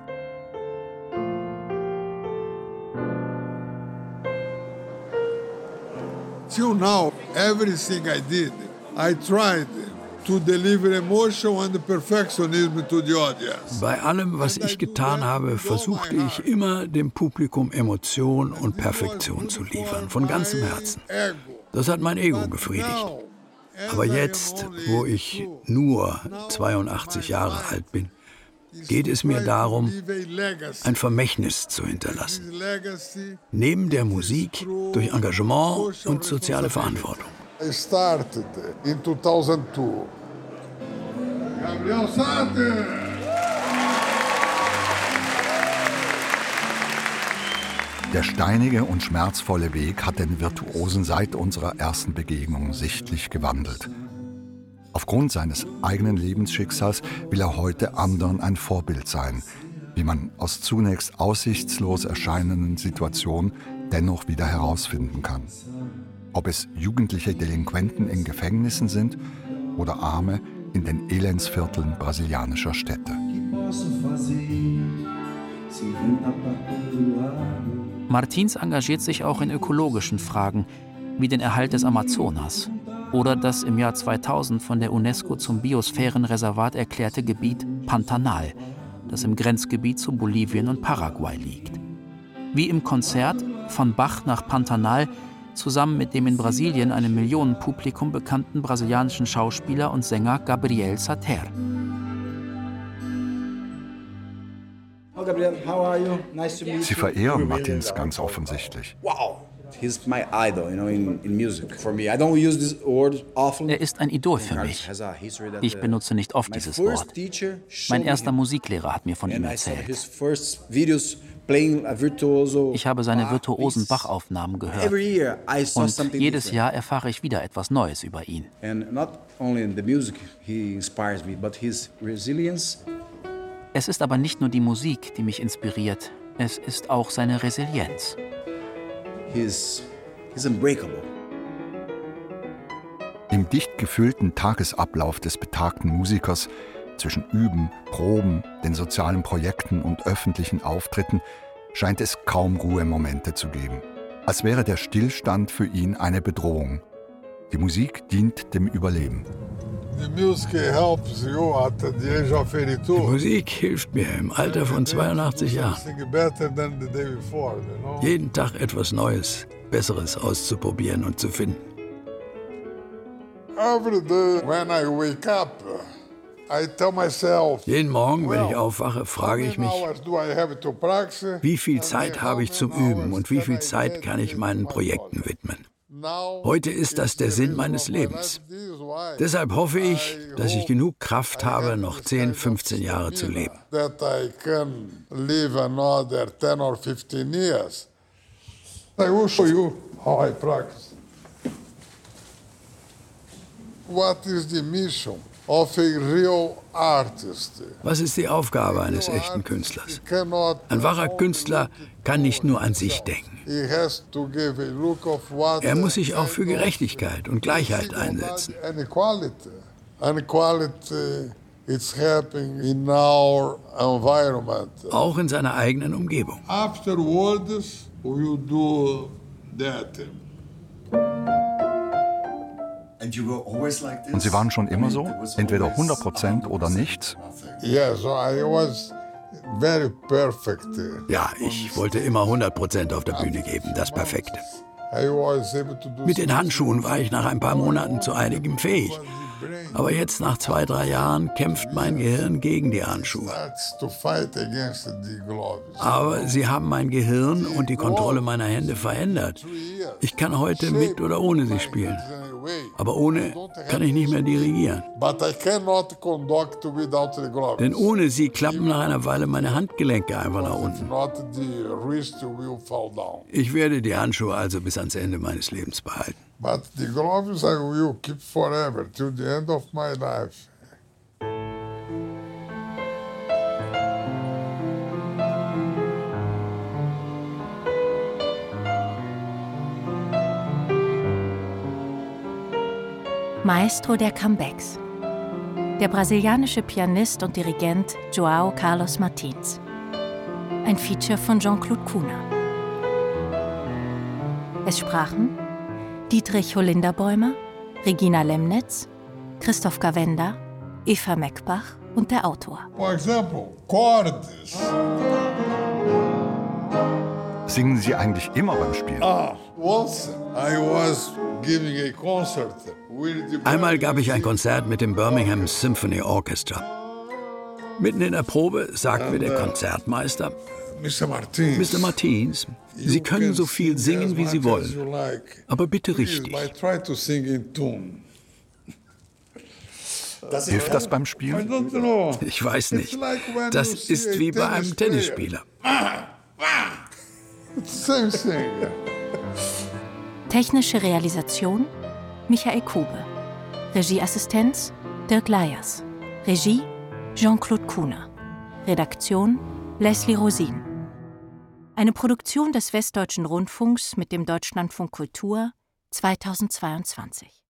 Till now, everything I did, I tried to deliver emotion and perfectionism to the audience. Bei allem, was ich getan habe, versuchte ich immer, dem Publikum Emotion und Perfektion zu liefern, von ganzem Herzen. Das hat mein Ego befriedigt. Aber jetzt, wo ich nur zweiundachtzig Jahre alt bin, geht es mir darum, ein Vermächtnis zu hinterlassen. Neben der Musik durch Engagement und soziale Verantwortung. I started in two thousand two. Gabriel Sade! Der steinige und schmerzvolle Weg hat den Virtuosen seit unserer ersten Begegnung sichtlich gewandelt. Aufgrund seines eigenen Lebensschicksals will er heute anderen ein Vorbild sein, wie man aus zunächst aussichtslos erscheinenden Situationen dennoch wieder herausfinden kann. Ob es jugendliche Delinquenten in Gefängnissen sind oder Arme in den Elendsvierteln brasilianischer Städte. Martins engagiert sich auch in ökologischen Fragen, wie den Erhalt des Amazonas oder das im Jahr zweitausend von der UNESCO zum Biosphärenreservat erklärte Gebiet Pantanal, das im Grenzgebiet zu Bolivien und Paraguay liegt. Wie im Konzert Von Bach nach Pantanal zusammen mit dem in Brasilien einem Millionenpublikum bekannten brasilianischen Schauspieler und Sänger Gabriel Sater. Sie verehren Martins ganz offensichtlich. Er ist ein Idol für mich. Ich benutze nicht oft dieses Wort. Mein erster Musiklehrer hat mir von ihm erzählt. Ich habe seine virtuosen Bach-Aufnahmen gehört. Und jedes Jahr erfahre ich wieder etwas Neues über ihn. Es ist aber nicht nur die Musik, die mich inspiriert. Es ist auch seine Resilienz. He's, he's unbreakable. Im dicht gefüllten Tagesablauf des betagten Musikers, zwischen Üben, Proben, den sozialen Projekten und öffentlichen Auftritten, scheint es kaum Ruhemomente zu geben. Als wäre der Stillstand für ihn eine Bedrohung. Die Musik dient dem Überleben. Die Musik hilft mir im Alter von zweiundachtzig Jahren. Jeden Tag etwas Neues, Besseres auszuprobieren und zu finden. Jeden Morgen, wenn ich aufwache, frage ich mich, wie viel Zeit habe ich zum Üben und wie viel Zeit kann ich meinen Projekten widmen. Heute ist das der Sinn meines Lebens. Deshalb hoffe ich, dass ich genug Kraft habe, noch zehn, fünfzehn Jahre zu leben. What is the mission of a real artist? Was ist die Aufgabe eines echten Künstlers? Ein wahrer Künstler kann nicht nur an sich denken. Er muss sich auch für Gerechtigkeit und Gleichheit einsetzen. Auch in seiner eigenen Umgebung. Und Sie waren schon immer so? Entweder hundert Prozent oder nichts? Ja, ich wollte immer hundert Prozent auf der Bühne geben, das Perfekte. Mit den Handschuhen war ich nach ein paar Monaten zu einigem fähig. Aber jetzt, nach zwei, drei Jahren, kämpft mein Gehirn gegen die Handschuhe. Aber sie haben mein Gehirn und die Kontrolle meiner Hände verändert. Ich kann heute mit oder ohne sie spielen. Aber ohne kann ich nicht mehr dirigieren. Denn ohne sie klappen nach einer Weile meine Handgelenke einfach nach unten. Ich werde die Handschuhe also bis ans Ende meines Lebens behalten. But the gloves I will keep forever, till the end of my life. Maestro der Comebacks. Der brasilianische Pianist und Dirigent João Carlos Martins. Ein Feature von Jean-Claude Kuhner. Es sprachen Dietrich Holinderbäumer, Regina Lemnitz, Christoph Gawenda, Eva Meckbach und der Autor. For example, chords. Singen Sie eigentlich immer beim Spielen? Ah, once I was giving a concert with the Einmal gab ich ein Konzert mit dem Birmingham Symphony Orchestra. Mitten in der Probe sagt mir der Konzertmeister: Mister Martins, Mister Martins, Sie können so viel singen, wie Sie wollen, aber bitte richtig. Hilft das beim Spielen? Ich weiß nicht. Das ist wie bei einem Tennisspieler. Technische Realisation Michael Kube. Regieassistenz Dirk Leyers. Regie Jean-Claude Kuhner. Redaktion Leslie Rosin. Eine Produktion des Westdeutschen Rundfunks mit dem Deutschlandfunk Kultur zweitausendzweiundzwanzig.